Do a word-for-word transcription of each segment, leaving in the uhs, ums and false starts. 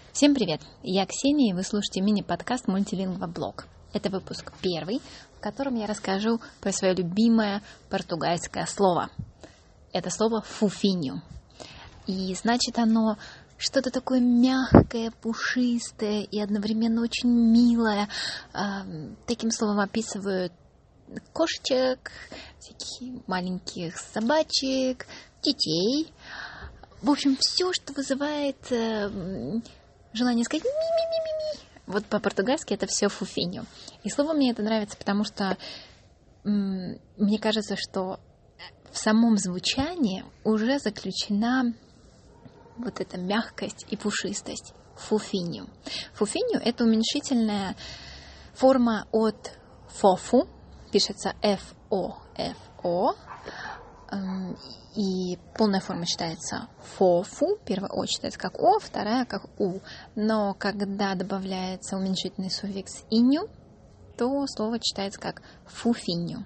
Всем привет! Я Ксения, и вы слушаете мини-подкаст «Мультилингва Блог». Это выпуск первый, в котором я расскажу про свое любимое португальское слово. Это слово «фуфиньо». И значит оно что-то такое мягкое, пушистое и одновременно очень милое. Таким словом описывают кошечек, всяких маленьких собачек, детей. В общем, все, что вызывает желание сказать ми-ми-ми-ми-ми. Вот по-португальски это все фуфиньо. И слово мне это нравится, потому что м- мне кажется, что в самом звучании уже заключена вот эта мягкость и пушистость. Фуфиньо. Фуфиньо — это уменьшительная форма от фофу, пишется эф о эф о, и полная форма читается фофу. Первая О читается как О, вторая как У. Но когда добавляется уменьшительный суффикс инью, то слово читается как фуфиньо.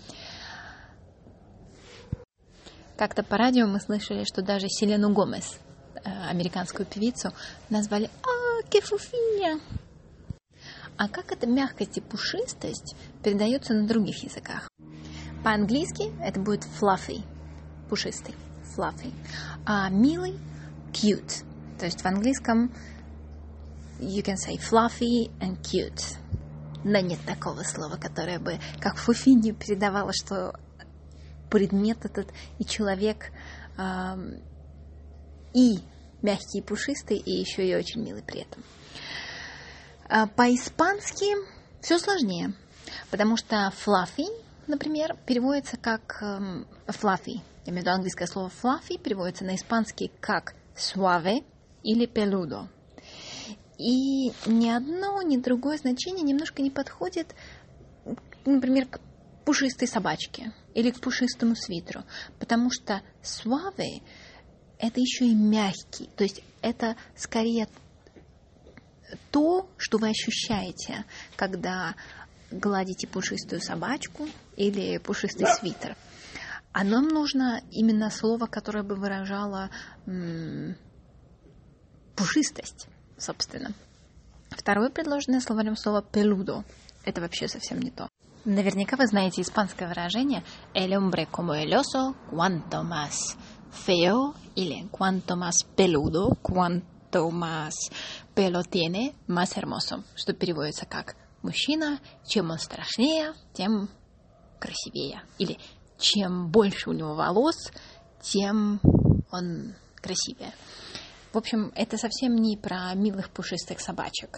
Как-то по радио мы слышали, что даже Селену Гомес, американскую певицу, назвали «А, ке фуфинья». А как эта мягкость и пушистость передается на других языках? По-английски это будет fluffy, пушистый, fluffy. А милый — cute. То есть в английском you can say fluffy and cute. Но нет такого слова, которое бы, как фуфиньо, передавало, что предмет этот и человек э, и мягкий, и пушистый, и еще и очень милый при этом. А по-испански все сложнее, потому что fluffy, например, переводится как эм, fluffy. Я имею в виду английское слово fluffy переводится на испанский как suave или peludo. И ни одно, ни другое значение немножко не подходит, например, к пушистой собачке или к пушистому свитеру, потому что suave — это еще и мягкий, то есть это скорее то, что вы ощущаете, когда гладите пушистую собачку или пушистый свитер. А нам нужно именно слово, которое бы выражало м- пушистость, собственно. Второе предложенное словарем слово «peludo». Это вообще совсем не то. Наверняка вы знаете испанское выражение «el hombre como el oso, cuanto más feo» или «cuanto más peludo, cuanto más pelo tiene, más hermoso», что переводится как «мужчина, чем он страшнее, тем красивее». Или «чем больше у него волос, тем он красивее». В общем, это совсем не про милых пушистых собачек.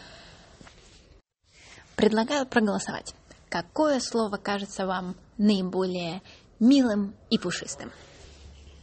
Предлагаю проголосовать. Какое слово кажется вам наиболее милым и пушистым?